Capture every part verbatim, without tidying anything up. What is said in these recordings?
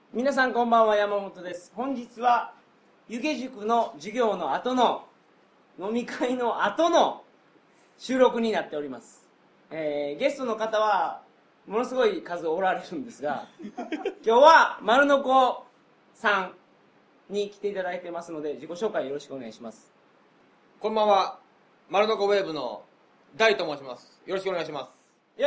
皆さんこんばんは、山本です。本日は湯気塾の授業の後の飲み会の後の収録になっております。えー、ゲストの方はものすごい数おられるんですが今日は丸のこさんに来ていただいてますので自己紹介よろしくお願いします。 こんばんは、丸のこウェーブの大と申します。よろしくお願いします。 イェイ。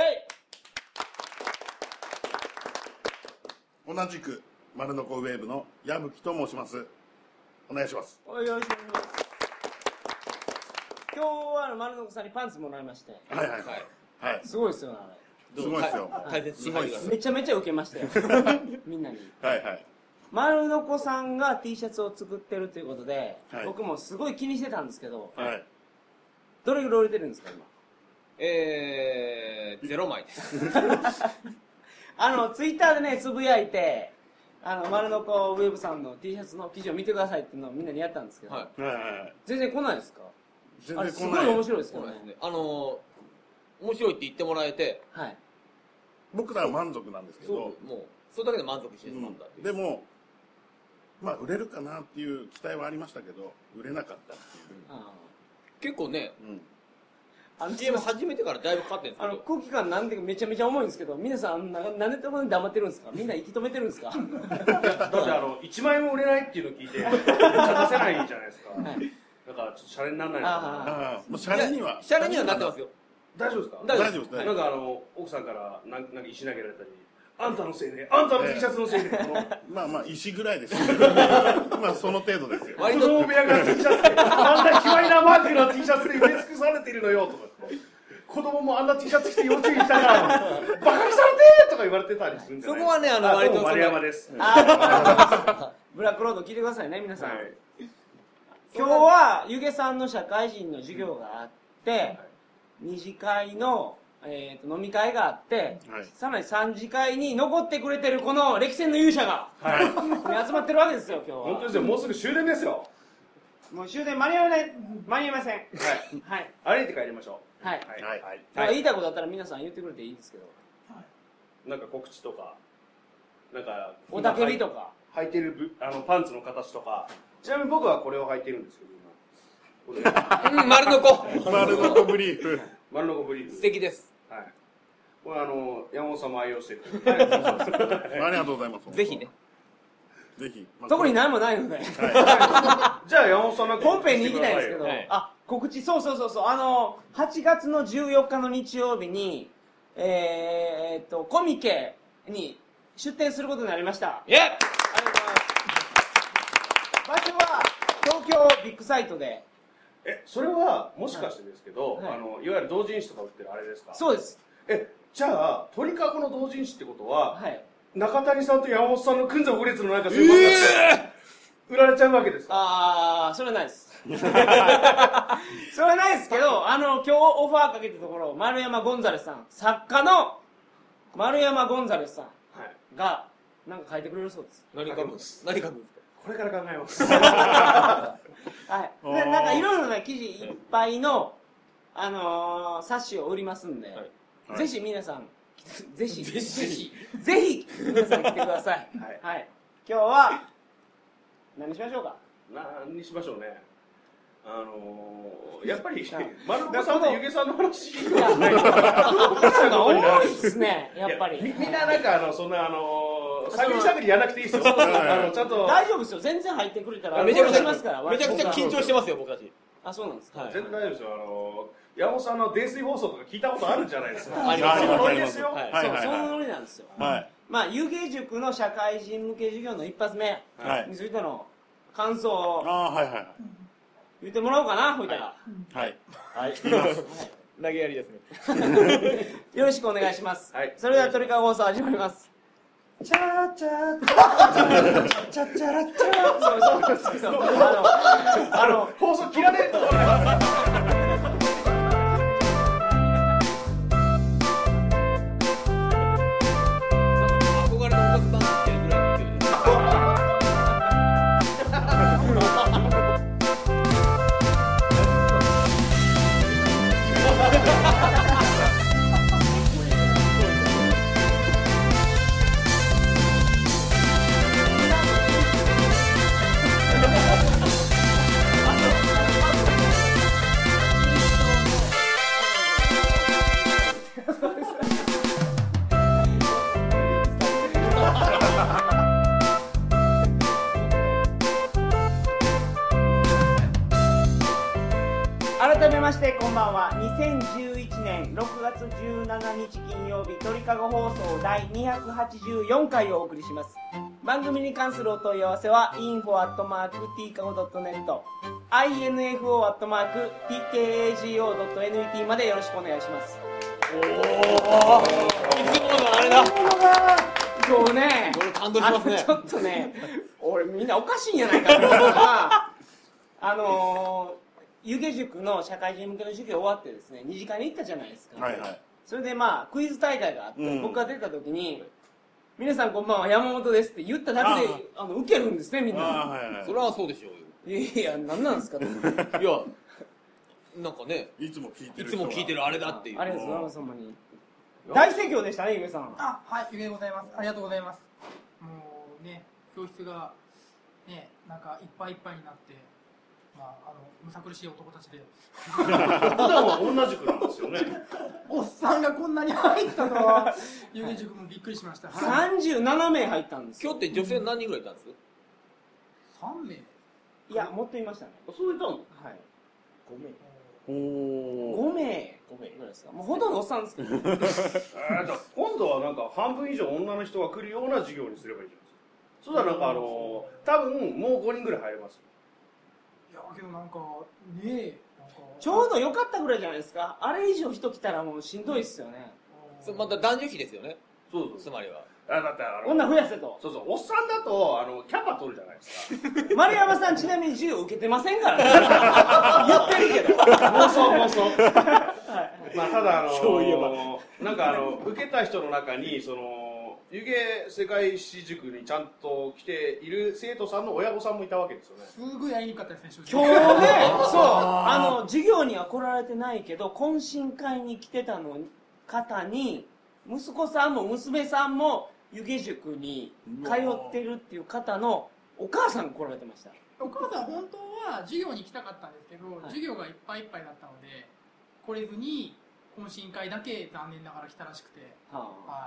同じく丸のこウェーブの矢吹と申します。お願いします。 およろしくお願いします。今日は丸のこさんにパンツもらいまして、 はいはいはい、はい、 すごいですよね。 すごいですよ。 大切に入ります。 めちゃめちゃ受けましたよみんなに。 はいはい。 丸のこさんが T シャツを作ってるということで、 はい、 僕もすごい気にしてたんですけど、 はい、 どれぐらい売れてるんですか今？ えー、ゼロまいですあのツイッターでねつぶやいて、あの丸のこウェブさんの T シャツの記事を見てくださいっていうのをみんなにやったんですけど、 はいはいはい、 全然来ないですか？ 全然来ない。 すごい面白いですけどね。 ね、あのー、面白いって言ってもらえて、 はい、 僕らは満足なんですけど、 もうそれだけで満足してしまった、 うん、でもまあ売れるかなっていう期待はありましたけど売れなかったっていう。 あ結構ね、 うん、 あの シーエム 始めてからだいぶかかってるんですけど、 あの空気感なんでめちゃめちゃ重いんですけど、皆さんななんでこんなに黙ってるんですか？みんな息止めてるんですか？ だってあのいちまん円も売れないっていうのを聞いて出せないじゃないですか、はい、だからちょっとシャレにならないのかな。 ああ、シャレにはシャレにはなってますよ。 大丈夫ですか？ 大丈夫です。 なんかあの奥さんからなんなんか石投げられたり、あんたのせいで、あんたの T シャツのせいで、えー、 まあまあ石ぐらいですけどまあその程度ですよ。 子供部屋が T シャツであんな卑猥なマークの T シャツで埋め尽くされているのよとか、子供もあんな T シャツ着て幼稚園行ったからバカにされてとか言われてたりするんじゃない？ そこはね、あの割と丸山です。 ブラックロード聞いてくださいね皆さん、はい、今日は湯気さんの社会人の授業があって、はい、二次会の、えー、と飲み会があって、はい、さらに三次会に残ってくれてるこの歴戦の勇者が、はい、集まってるわけですよ今日は。 本当ですよ、もうすぐ終電ですよ。 もう終電間に合わない間に合いません。はい、 はい、歩いて帰りましょう。 はい、 はいはいはい、言いたいことあったら皆さん言ってくれていいですけど、はい、 なんか告知とかなんかおたけびとか履いてるあのパンツの形とか。ちなみに僕はこれを履いてるんですけど今丸のこ丸のこブリーフ丸のこブリーフ素敵です。 はい、これあの山本さんも愛用してるありがとうございます。 ぜひね、 ぜひ、 まあ、特に何もないので、はい、 じゃあ山本さんなんか本編に行きたいんですけど、 はい、 あ、告知、そうそうそうそう、あのはちがつのじゅうよっかの日曜日にえー、っとコミケに出展することになりました。 イエッ、 ありがとうございます。場所は東京ビッグサイトで。 え、それはもしかしてですけど、 はい、 あのいわゆる同人誌とか売ってるあれですか？ そうです。 え、じゃあ鳥かごの同人誌ってことは、 はい、 中谷さんと山本さんの群像五列のなんかそういう漫画って売られちゃうわけですか？ ああ、それはないですそれはないですけど、あの今日オファーかけたところ丸山ゴンザレスさん、作家の丸山ゴンザレスさんがなんか書いてくれるそうです。 何書くんです？何書くんですか？ これから考えますはい、でなんかいろいろな記事いっぱいの、あのー、冊子を売りますんで、はい、ぜひ皆さんぜひぜひぜひ皆さん来てください。はい、はい、今日は何しましょうか？ 何にしましょうね。あのー、やっぱり丸岡さんと湯気さんの話が多いですね。やっぱりみんななんかあのそんなあのー、探り探りやらなくていいですよ。あのちゃんと大丈夫ですよ。全然入ってくれたらめちゃくちゃますから。 めちゃくちゃ緊張してますよ僕たち。 あ、そうなんですか。 はい、全然大丈夫ですよ。あのー、山本さんの泥酔放送とか聞いたことあるんじゃないですか。 あります。 そのノリですよ。 はい、そう、そのノリなんですよ。 はい。 まあ湯気塾の社会人向け授業の一発目についての感想を、 あ、はいはいはい、 言ってもらおうかな、ほいたら。 はいはい。 投げやりですね。 よろしくお願いします。 はい。 それでは鳥かご放送始まります。チャーチャーチャーチャーチャラチャー。そうそうそう。あのあの放送切られるところ。 はい、 してこんばんは。にせんじゅういちねんろくがつじゅうしちにち金曜日、鳥かご放送だいにひゃくはちじゅうよんかいをお送りします。番組に関するお問い合わせは インフォ アットマーク ティーカゴ ドットネット インフォ アットマーク ティーケーエージーオー ドットネット までよろしくお願いします。 おお、いつものあれだ。 今日ね、 俺感動しますね。 ちょっとね、俺みんなおかしいんやないかと思うのがあのー湯気塾の社会人向けの授業終わってですね、二次会に行ったじゃないですか。 はいはい。 それでまあクイズ大会があって、 うん、 僕が出た時に「皆さんこんばんは、山本です」って言っただけであの受けるんですね、みんな。 あ、はいはい、それはそうでしょうよ。 いやいや、何なんですかと。いやなんかね、 いつも聞いてるいつも聞いてるあれだっていう。 ありがとうございます。ほんまに大盛況でしたね、ゆげさん。 あ、はい、ゆげでございます。ありがとうございます。もうね、教室がね、なんかいっぱいいっぱいになって、まあ、あのむさ苦しい男たちで普段は同じくなんですよね。 おっさんがこんなに入ったのは湯気塾もびっくりしました。 さんじゅうななめい入ったんです。 今日って女性何人ぐらいいたんです？ さんめい。 いや、もっといましたね。 そういたの？はい。 ごめい。 おごめいぐらいですか。もうほとんどおっさんですけど。 えー、じゃあ今度はなんか半分以上女の人が来るような授業にすればいいじゃないですか。そうだ、なんかあのー、多分もうごにんぐらい入れます。 いやけどなんかねえ、なんかちょうど良かったぐらいじゃないですか。あれ以上人来たらもうしんどいっすよね。 それまた男女比ですよね。 そうそう。 つまりは。 あ、だってあの女増やせと。 そうそう、おっさんだとあのキャパ取るじゃないですか。 丸山さんちなみに授業受けてませんからね。言ってるけど。 妄想妄想。まあただあのー、 そういえばなんかあの受けた人の中にその湯気世界史塾にちゃんと来ている生徒さんの親御さんもいたわけですよね。 すごいやりにくかったですね、 今日ね、そうあの授業には来られてないけど懇親会に来てたの方に息子さんも娘さんも湯気塾に通ってるっていう方のお母さんが来られてました。 お母さん本当は授業に来たかったんですけど、 はい、 授業がいっぱいいっぱいだったので来れずに懇親会だけ残念ながら来たらしくて、はあ、はい、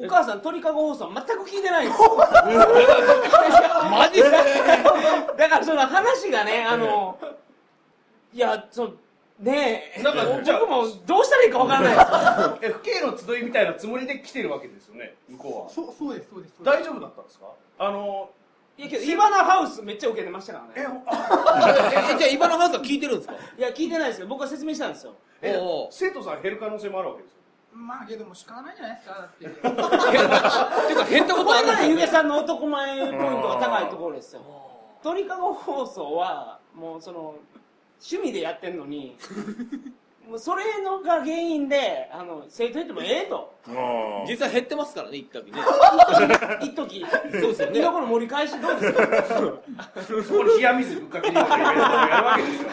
お母さん鳥かご放送全く聞いてないんですよ。 マジで。 だからその話がね、あのいやそねえ、なんかじゃあ僕もどうしたらいいかわからないです。 え、父兄の集いみたいなつもりで来てるわけですよね、向こうは。 そうそうですそうです。 大丈夫だったんですか？あのいやけどイバナハウスめっちゃ受けてましたからね。 え、じゃあイバナハウスは聞いてるんですか？ いや聞いてないですけど僕は説明したんですよ。 え、生徒さん減る可能性もあるわけですよ。 まあけども仕方ないじゃないですか、だって。 てか減ったことあるんですよね。 これが湯気さんの男前ポイントが高いところですよ。鳥かご放送はもうその趣味でやってんのにもうそれのが原因であの生徒減ってもええと。 実際減ってますからね、一時ね。 一時そうですよね。 今この盛り返しどうですか？ そこに冷や水ぶっかけるようなイベントをやるわけですよ。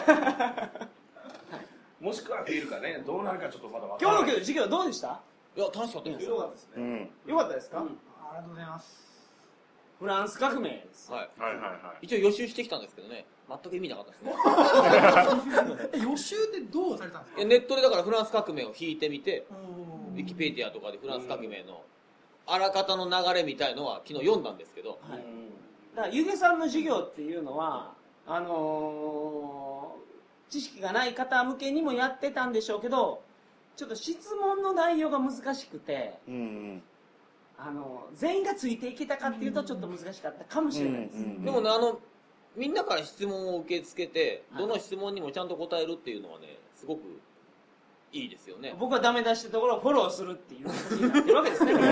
もしくは増えるかね、どうなるかちょっとまだ分からない。 今日のけど授業どうでした？ いや楽しかったですよ。 よかったですね。 よかったですか？ ありがとうございます。 フランス革命です。 はいはいはいはい。 一応予習してきたんですけどね、全く意味なかったですね。 予習ってどうされたんですか？ ネットでだからフランス革命を引いてみて、ウィキペディアとかでフランス革命のあらかたの流れみたいのは昨日読んだんですけど、 はい、だから湯気さんの授業っていうのはあのー、知識がない方向けにもやってたんでしょうけど、ちょっと質問の内容が難しくて、うんうん、あの全員がついていけたかっていうとちょっと難しかったかもしれないです、うんうん、 でもね、あのみんなから質問を受け付けて、どの質問にもちゃんと答えるっていうのはね、すごくいいですよね。 僕はダメ出したところをフォローするっていう形になってるわけですね。OK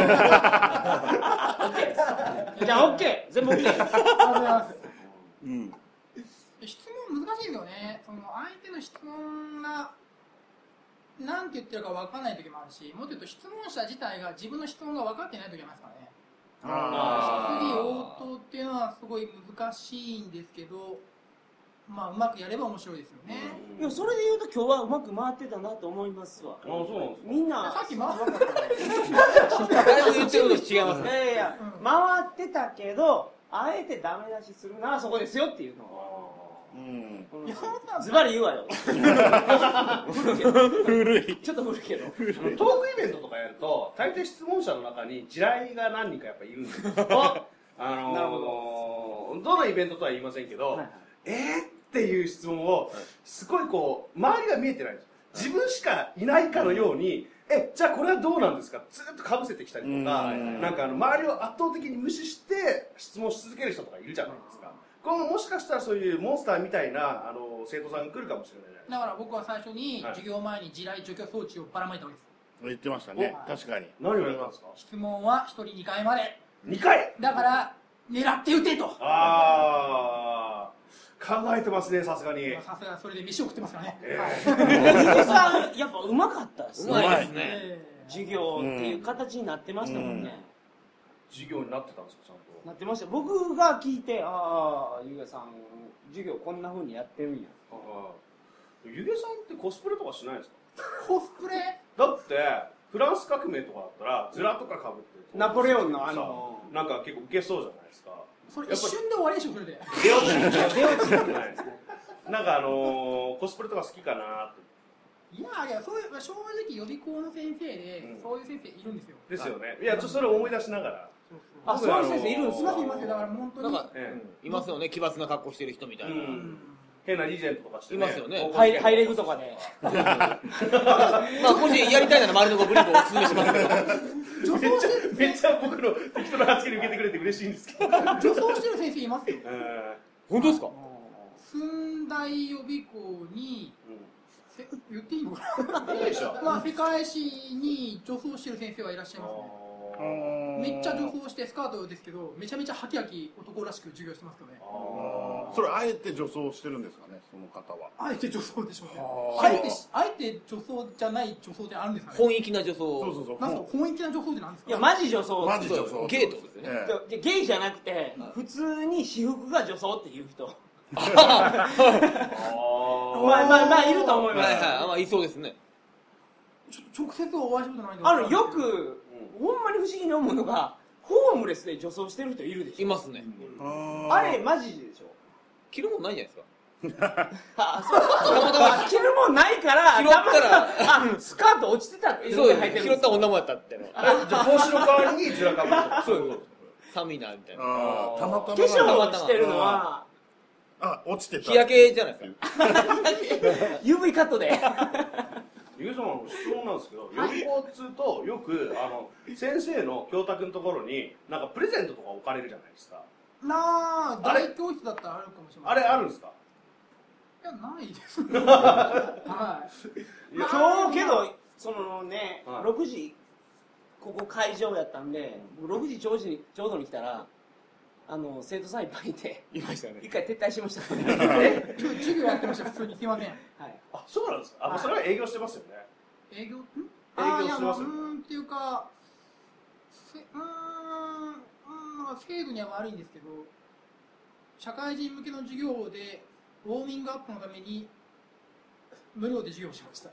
です。じゃあ OK、 全部 OK。 ありがとうございます。 うん、質問難しいですよね。その相手の質問が何て言ってるか分からない時もあるし、もっと言うと質問者自体が自分の質問が分かってない時もありますからね。質疑応答っていうのはすごい難しいんですけど、まあうまくやれば面白いですよね。 いや、それで言うと今日はうまく回ってたなと思いますわ。 あ、そうなんですか。 みんなさっき回ってた。だいぶ言ってること違いますね。 いやいや、うん、回ってたけど、あえてダメ出しするならそこですよっていうのを。うん、ズバリ言うわよ。古い。ちょっと古いけど。 トークイベントとかやると、大抵質問者の中に地雷が何人かやっぱいるんですよ。あのー、なるほど。どのイベントとは言いませんけど、はいはい、えーっていう質問をすごいこう周りが見えてないんです自分しかいないかのように、え、じゃあこれはどうなんですかずっとかぶせてきたりとか、なんかあの周りを圧倒的に無視して質問し続ける人とかいるじゃないですか。今後もしかしたらそういうモンスターみたいなあの生徒さんが来るかもしれないじゃないですか。 だから僕は最初に授業前に地雷除去装置をばらまいたわけです。 言ってましたね。確かに。 何をやったんですか？ 質問はひとりにかいまで。 にかいだから狙って撃てと。 ああ、考えてますね、さすがに。 さすがそれで飯を食ってますからね。 えゆげさんやっぱうまかったですうまいね。 ですね。 授業っていう形になってましたもんね。 授業になってたんですか、ちゃんと。 なってました。僕が聞いて、ああ、ゆげさん授業こんな風にやってるんや。 ゆげさんってコスプレとかしないんですか？ コスプレだってフランス革命とかだったらズラとかかぶってナポレオンのあのなんか結構ウケそうじゃないですか。 それ一瞬で終わりでしょ、それで。 出落ち出落ちじゃないですね。なんかあのー、コスプレとか好きかなって。 いやいや、そういう正直予備校の先生で、 うん、 そういう先生いるんですよ。 ですよね。いや、ちょっとそれを思い出しながら。 あ、そういう先生いるんですか？ いますいますよ。だから本当になんか、ええ、いますよね、奇抜な格好してる人みたいな。うん、 変なリジェントとかして、ね、 いますよね。 ハイハイレグとかで。 まあもしやりたいなら周りのゴブリンクをお勧めしますけど。 女装してるめっちゃ僕の適当な発言受けてくれて嬉しいんですけど。 女装してる先生いますよ。 えー、本当ですか？ 寸大予備校に、うん、言っていいのかな？ いいでしょ。 まあ世界史に女装してる先生はいらっしゃいますね。めっちゃ女装してスカートですけど、めちゃめちゃハキハキ男らしく授業してますよね。 それあえて女装してるんですかね、その方は。 あえて女装でしょうね。あえてあえて女装じゃない女装ってあるんですかね。 本意気な女装。 そうそうそう。 なんか本意気な女装ってなんですか。 いやマジ女装。 マジ女装。 ゲイってことですね。 ええ、ゲイじゃなくて普通に私服が女装っていう人。まあまあまあいると思います。 はいはい、まあいそうですね。 ちょ直接お会いしたことないんで。 あのよく、うん、ほんまに不思議に思うのがホームレスで女装してる人いるでしょ。 いますね。 あれマジでしょ。 着るもんないじゃないですか。 あ、そう。たまたま着るもんないから拾ったらあスカート落ちてたっていうので履いてるんです。 拾った女もやったっての。 じゃあ帽子の代わりにズラかぶる。 そういうこと。寒いなみたいな。 ああ、たまたま。 化粧してるのはあ、落ちてた。 日焼けじゃないですか。 ユーブイ カットで。 ゆげさん、質問なんですけど、予備校っつうとよくあの先生の教託のところになんかプレゼントとか置かれるじゃないですか。 なあ、大教室だったらあるかもしれない。 あれあるんですか？ いや、ないです。はい。 今日けどそのね、 はい、 ろくじここ会場やったんで、ろくじちょうどにちょうどに来たら。あの生徒さんいっぱいいて、 いましたね。 一回撤退しました。 え、今日授業やってました。普通にすいません。はい。 あ、そうなんですか。あ、もうそれは営業してますよね。 営業？ん？営業してますよね。 うーんっていうか、せうーん、うん、制度には悪いんですけど、社会人向けの授業でウォーミングアップのために無料で授業しました。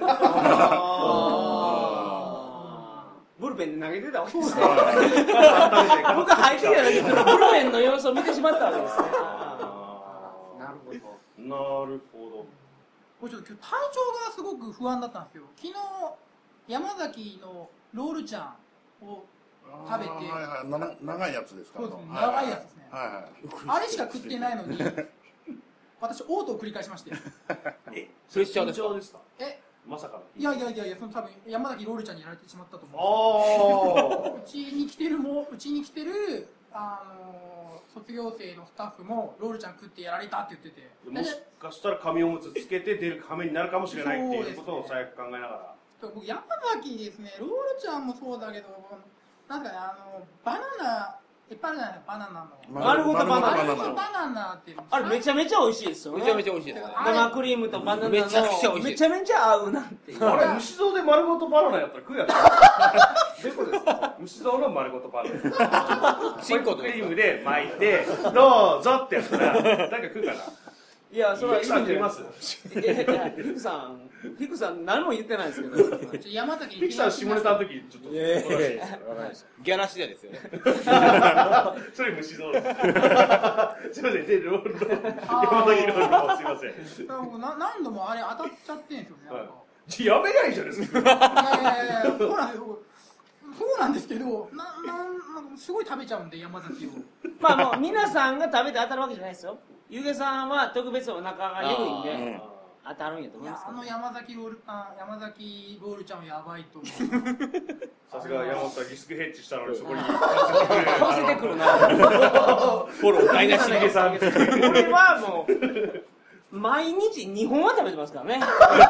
ブルペンで投げてたわけですね。僕は入ってきただけでブルペンの様子を見てしまったわけですね。なるほど。 なるほど。 もうちょっと今日体調がすごく不安だったんですよ。昨日山崎のロールちゃんを食べて、 はいはい、な長いやつですか。 そうですね、長いやつですね。 はいはい。 あれしか食ってないのに、私嘔吐を繰り返しまして。 え、 プレッシャーですか？ ですか？ え。 まさかの。 いやいやいやいや、その多分山崎ロールちゃんにやられてしまったと思うんですよ。うちに来てるもうちに来てるあのー、卒業生のスタッフもロールちゃん食ってやられたって言ってて。 もしかしたら紙おむつつけて出る羽目になるかもしれないっていうことを最悪考えながら。 僕山崎ですね、ロールちゃんもそうだけど、なんかねあのバナナ。いっぱいあるじゃないですか、バナナの。 丸ごとバナナ。 丸ごとバナナっていうの。 あれめちゃめちゃ美味しいですよね。 めちゃめちゃ美味しいです。 生クリームとバナナのめちゃくちゃ美味しい。 めちゃめちゃ合うなんて。 あれ虫蔵で丸ごとバナナやったら食うやつ。どういうことですか？虫蔵の丸ごとバナナ。シンコクリームで巻いてどうぞってやったらなんか食うかな。 いや、それはいいんじゃいます。 いやいや、ヒクさん、ヒクさん何も言ってないですけど。 山崎ヒクさん下ネタの時ちょっと。 ギャラシアですよね。 それ虫蔵です。すみません、でロールの山崎ロールすみません。 な何度もあれ当たっちゃってんですよね。 やめないじゃないですか。 いやいやいや、そうなんですよ。そうなんですけど、ななんすごい食べちゃうんで山崎を。 まあもう皆さんが食べて当たるわけじゃないですよ。ゆげさんは特別お腹が緩いんで、 当たるんやと思いますけど、 いやあの山崎ロールあ山崎ロールちゃんはやばいと思う。 さすが山本さんリスクヘッジしたのにそこに寄せてくるな。 フォロー台無ししげさん。 これはもう毎日にほんは食べてますからね。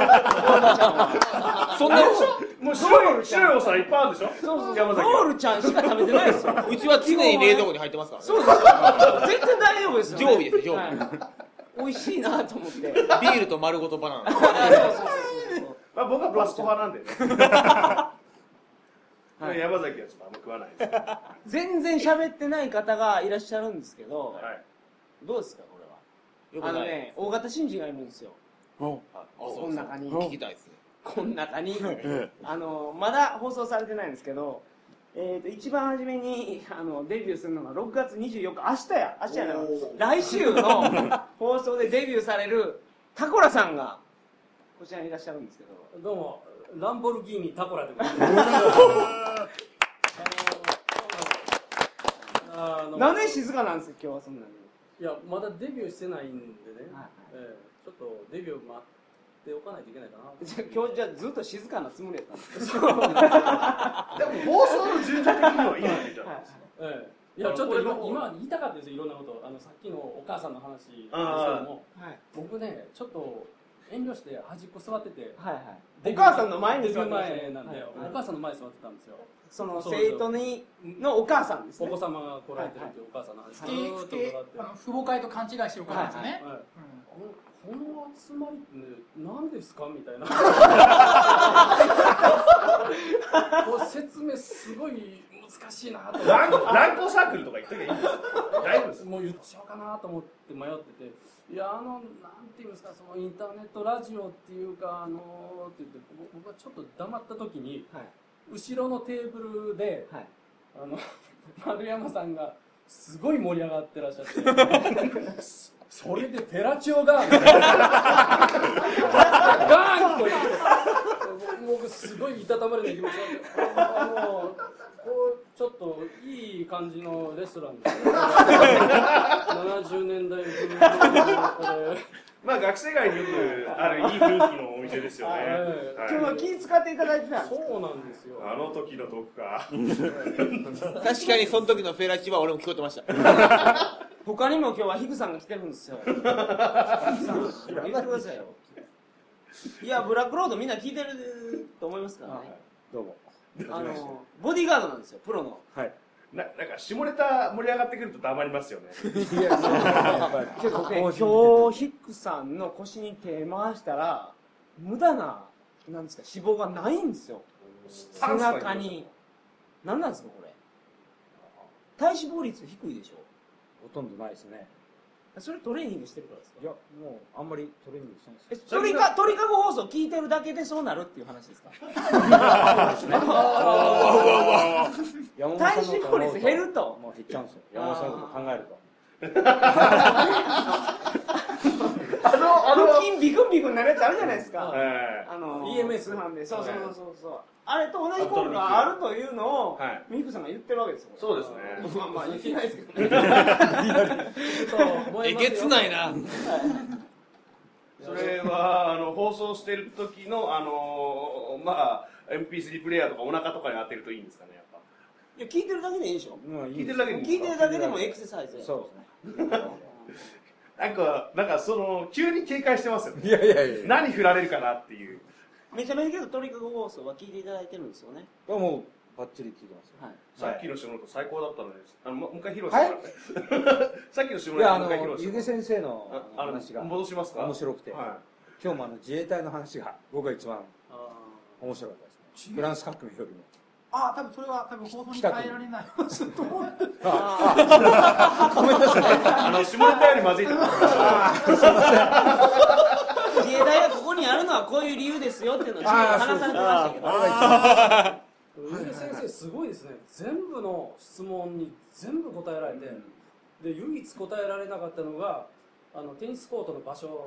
そんなもう白い白いお皿いっぱいあるでしょ。 そうそう山崎ロールちゃんしか食べてないですよ。 うちは常に冷蔵庫に入ってますからね。 そうですよ。絶対大丈夫ですよ、ね。 常備ですよ常備、 はい美味しいなと思って。 ビールと丸ごとバナナ。 そうそうそうそうまあ僕はプラスコ派なんでね。 はい、 山崎はちょっとあんま食わないです。 全然喋ってない方がいらっしゃるんですけど、 はい。 どうですかこれは。 よくないあのね、大型新人がいるんですよ。 あこの中に。 聞きたいですね。 この中に。あの、まだ放送されてないんですけど、えー、と一番初めにあのデビューするのがろくがつにじゅうよっか、明日や、明日やな、来週の放送でデビューされるタコラさんがこちらにいらっしゃるんですけど、 どうも、ランボルギーニタコラでございます。あのなんで静かなんですか今日はそんなに。 いや、まだデビューしてないんでね、 はいえーちょっとデビュー待っておかないといけないかな。 じゃあ今日じゃあずっと静かなつもりやったんですけどでも放送の順序的にはいいわけじゃないですか。 ええいや、ちょっと今今言いたかったですよ、いろんなこと。あのさっきのお母さんの話ですけども、 はい僕ね、ちょっと遠慮して端っこ座ってて、 はいはい、 デビューお母さんの前にデビュー座ってましたね前なんで、 はいお母さんの前に座ってたんですよ。 そのそうそう生徒にのお母さんですね。 お子様が来られてるっていうお母さんの話、 スケースケあの父母会と勘違いしてるお母さんですよね。 はい、このこの集まりって何ですかみたいなこう説明すごい難しいなと思ランランコサークルとか言っときゃいいんですよ。大丈夫です。 もう言っちゃおうかなと思って迷ってて、いやあのなんていうんですか、そのインターネットラジオっていうか、あのって言って僕はちょっと黙った時に、 はい後ろのテーブルで、 はい、 あの丸山さんがすごい盛り上がってらっしゃってそれでペラチオがガーンと言って僕すごいいたたまれない気持ちがあのこうちょっといい感じのレストランですねななじゅうねんだい風のこれまあ学生街によくあるいい雰囲気のお店ですよね。 今日は気使っていただいてたんですか。 そうなんですよ。 あの時のトークか。 確かにその時のフェラチは俺も聞こえてました。 他にも今日はヒグさんが来てるんですよ。ヒグさん言ってくださいよ。いやブラックロードみんな聞いてると思いますからね。 どうも。 あのボディーガードなんですよ、プロの。 はい。 ななんか下ネタ盛り上がってくると黙りますよね。 いや、そうやっぱりけどね、今日ヒックさんの腰に手回したら無駄ななんですか脂肪がないんですよ。背中に。何なんですかこれ。体脂肪率低いでしょ。 ほとんどないですね。 それトレーニングしてるからですか。 いや、もうあんまりトレーニングしてないです。 え鳥か鳥かご放送聞いてるだけでそうなるっていう話ですか。体脂肪率減るともう減っちゃうんですよ。山本さんのこと考えると。 あのあの腹筋ビクンビクンなるやつあるじゃないですか。 えあのイーエムエスなんで、そうそうそうそうそう。あれと同じ効果があるというのをはいミクさんが言ってるわけですよ。 そうですね。 まあまあ言ってないですけどね。 えげつないな。 それはあの放送してる時のあのまあ エムピースリー プレイヤーとかお腹とかに当てるといいんですかねやっぱ。 いや聞いてるだけでいいでしょ。 まあいい聞いてるだけでいいん聞いてですか。 るだけでもエクササイズや。 そうですね。 なんかなんかその急に警戒してますよね。 いやいやいや。 何振られるかなっていう。 めちゃめちゃけど鳥かご放送は聞いていただいてるんですよね。 もうバッチリ聞いてますよ。 はい。 さっきの下ネタ最高だったので、あのもう一回披露してもらって。さっきの下ネいや、あのタもう一回披露して湯気もらって。 先生のあの話が戻しますか。 面白くて、 は今日もあの自衛隊の話が僕が一番面白かったですね。フランス革命よりも。 ああ、多分それは多分放送に変えられない話だと思う。 ごめんなさい。 い。あの下ネタよりまずいと思いま自衛隊がここにあるのはこういう理由ですよっていうのを話されてましたけど。 湯気先生すごいですね。全部の質問に全部答えられて、で唯一答えられなかったのがあのテニスコートの場所。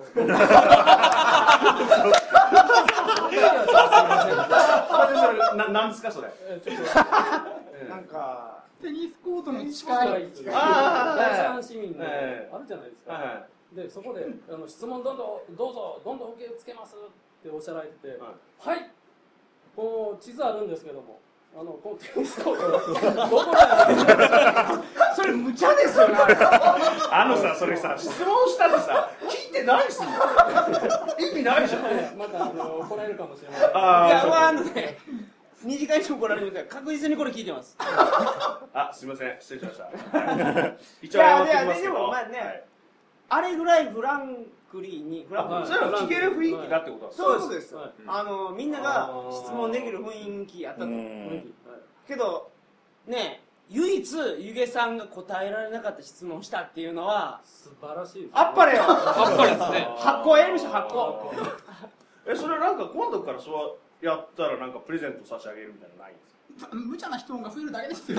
ななんですかそれ。 えちょっとなんかテニスコートの近いあ第三市民のあえるじゃないですか、 はでそこであの質問どんどんどうぞどんどん受け付けますっておっしゃられてて、はい、はい、この地図あるんですけども、あのこのテニスコートどこだよそれ無茶ですよね。 あのさ、それさ、質問したらさ、聞いてないっすよ。意味ないじゃん。 またあの怒られるかもしれない。 あいや、まあ、あのね、二次会に怒られるみたいな、確実にこれ聞いてます。 あ、すみません、失礼しました。一応いや謝ってきますけど。 でもまあね、あれぐらいフランクリーに、フランクリーそれは聞ける雰囲気だってことなんですか。 そういうことですよ、 はい、 あのみんなが質問できる雰囲気やったと思うけどね、唯一ゆげさんが答えられなかった質問をしたっていうのは素晴らしいです、ね、 あっぱれよ。 あっぱれですね。 発行やりましょう、発行。 え、それなんか今度からそうやったらなんかプレゼント差し上げるみたいなのないんですか。 無茶な質問が増えるだけですよ。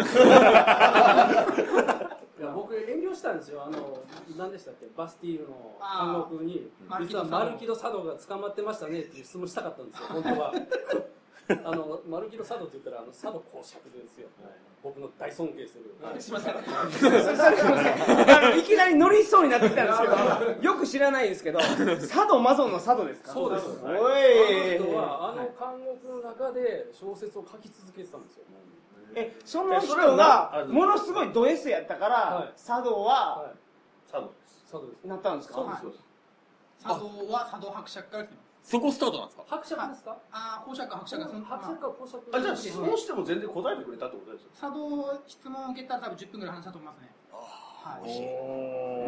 いや僕遠慮したんですよ。あの何でしたっけ、バスティーユの監獄に実はマルキド・サドが捕まってましたねっていう質問したかったんですよ本当は。あのマルキド・サドって言ったらあのサド公爵ですよ、はい、僕の大尊敬する、はい、 すみませんあのいきなり乗りそうになってきたんですけど、よく知らないですけど、サドマゾンのサドですか。 そうです。 おい、 あの人はあの監獄の中で小説を書き続けてたんですよ。 え、その人がものすごいド S やったから、 はい、 茶道は、 はい、 茶道です。 茶道です。 なったんですか。 そうです。そうです。 茶道は茶道伯爵から来てます。 そこスタートなんですか。 伯爵ですか。 ああ、公爵か伯爵か、その伯爵か公爵。 あ、じゃあ質問しても全然答えてくれたってことですよ。 茶道質問を受けたら多分じゅっぷんぐらい話したと思いますね。 はい。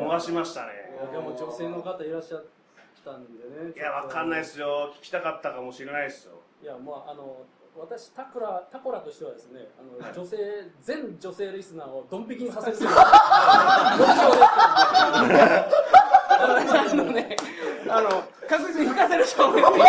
逃しましたね。 いやもう女性の方いらっしゃったんでね。 いや、わかんないですよ。聞きたかったかもしれないですよ。 いや、まああの。私タクラタコラとしてはですね、あの、はい、女性全女性リスナーをドン引きにさせるという目標ですけどね。あのね、あの確実に引かせる証明。ちょっと、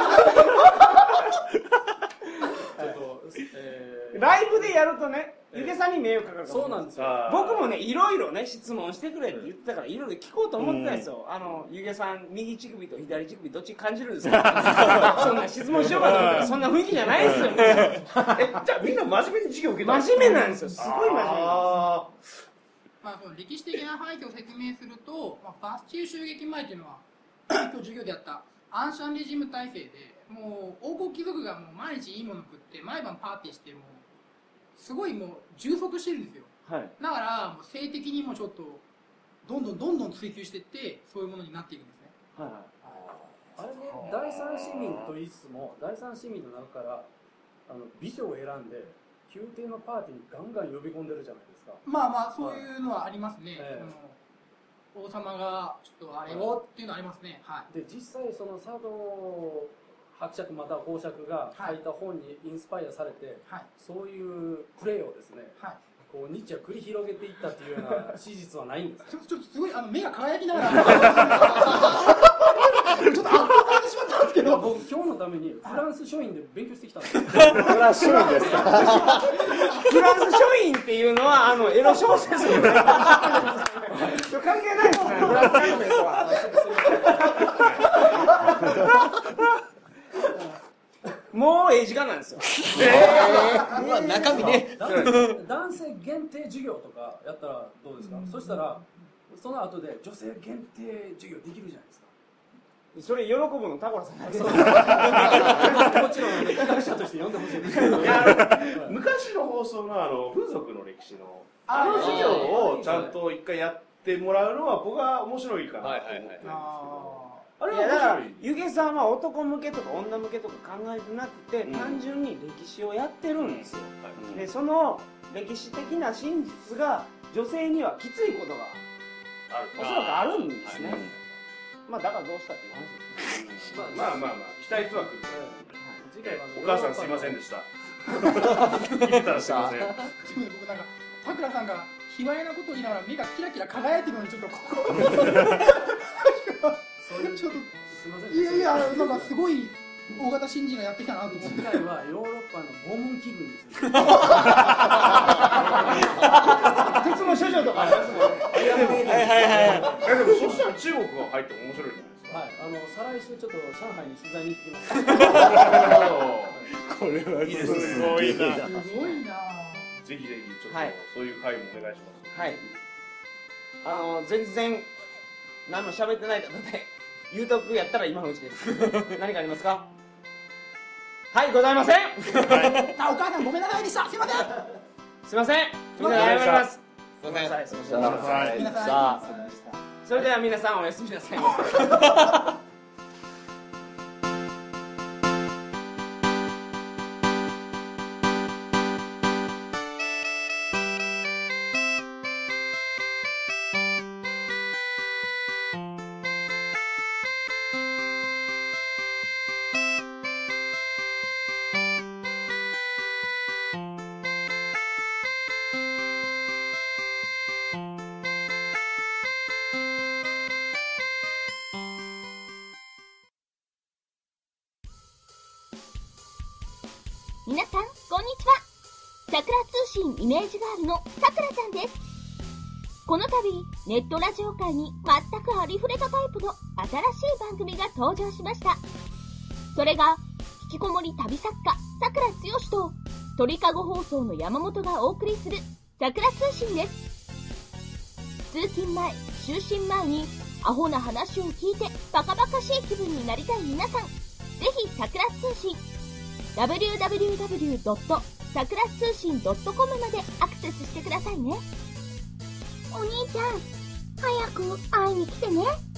えー、ライブでやるとね、ゆげさんに迷惑かかるかも。そうなんですよ。僕もね、いろいろね質問してくれって言ってたからいろいろ聞こうと思ってたんですよ。あのゆげさん右乳首と左乳首どっち感じるんですか。そんな質問しようかと思ったらそんな雰囲気じゃないですよ。 え、じゃあみんな真面目に授業受けた。 真面目なんですよ。すごい真面目なんです。 まあその歴史的な背景を説明すると、まあ、バスチル襲撃前というのは今日授業でやったアンシャンレジム体制で、もう王侯貴族がもう毎日いいもの食って毎晩パーティーしてもうすごいもう充足してるんですよ、はい、だからもう性的にもちょっとどんどんどんどん追求していってそういうものになっていくんですね。 はいはい、あれね、第三市民と言いつつも第三市民の中からあの美女を選んで宮廷のパーティーにガンガン呼び込んでるじゃないですか。 まあまあそういうのはありますね、はい、その王様がちょっとあれをっていうのはありますね、はい、 で実際その茶道伯爵または公爵が書いた本にインスパイアされて、はい、そういうプレーをですね、はい、こう日夜繰り広げていったっていうような史実はないんですか。 ちょっとすごいあの目が輝きながらちょっと圧倒されてしまったんですけど、 僕今日のためにフランス書院で勉強してきたんですよ。 フランス書院ですか。 フランス書院っていうのはあのエロ小説みたいな関係ないですね。フランス書院とは。もうええ時間なんですよ。 えー、まあ中身ね。 男性限定授業とかやったらどうですか。そしたらその後で女性限定授業できるじゃないですか。 それ喜ぶのタコラさんだけ。もちろん、ね、企画者として読んでほしいです。 昔の放送のあの風俗の歴史のあの授業をちゃんと一回やってもらうのは僕は面白いかなと思ってるんですけど。 あれはだからゆげさんは男向けとか女向けとか考えてなくて、うん、単純に歴史をやってるんですよ、うん、でその歴史的な真実が女性にはきついことがおそらくあるんですね、まあだからどうしたっていう話です、 まあまあまあ期待とはくる、お母さんすいませんでした聞いてたらすいません。 僕なんかさくらさんが卑猥なことを言いながら目がキラキラ輝いてるのにちょっとここちょっとすみません。いやいや、なんかすごい大型新人がやってきたなと思って。 次回はヨーロッパの拷問器具です。 鉄の処女とかありますもんね。 はいはいはいはい。でもそしたら中国が入って面白いじゃないですか。 はい、あの再来週ちょっと上海に取材に行ってきます。 これはいいですね。 すごいな。すごいな。 ぜひぜひちょっと、 はいそういう回もお願いします。 はい。あの全然何も喋ってない方で言うとくやったら今のうちです。何かありますか？はい、ございません。 あ、お母さんごめんなさいでした。すいません。 すいません。すいません、謝ります。 すいません。 はい、すいません。 はいごめんなさい。 さあ、それでは皆さんおやすみなさいませ。 皆さんこんにちは。さくら通信イメージガールのさくらちゃんです。この度ネットラジオ界に全くありふれたタイプの新しい番組が登場しました。それが引きこもり旅作家さくらつよしと鳥かご放送の山本がお送りするさくら通信です。通勤前、就寝前にアホな話を聞いてバカバカしい気分になりたい皆さん、ぜひさくら通信ダブリューダブリューダブリュードットさくら通信ドットコム までアクセスしてくださいね。お兄ちゃん、早く会いに来てね。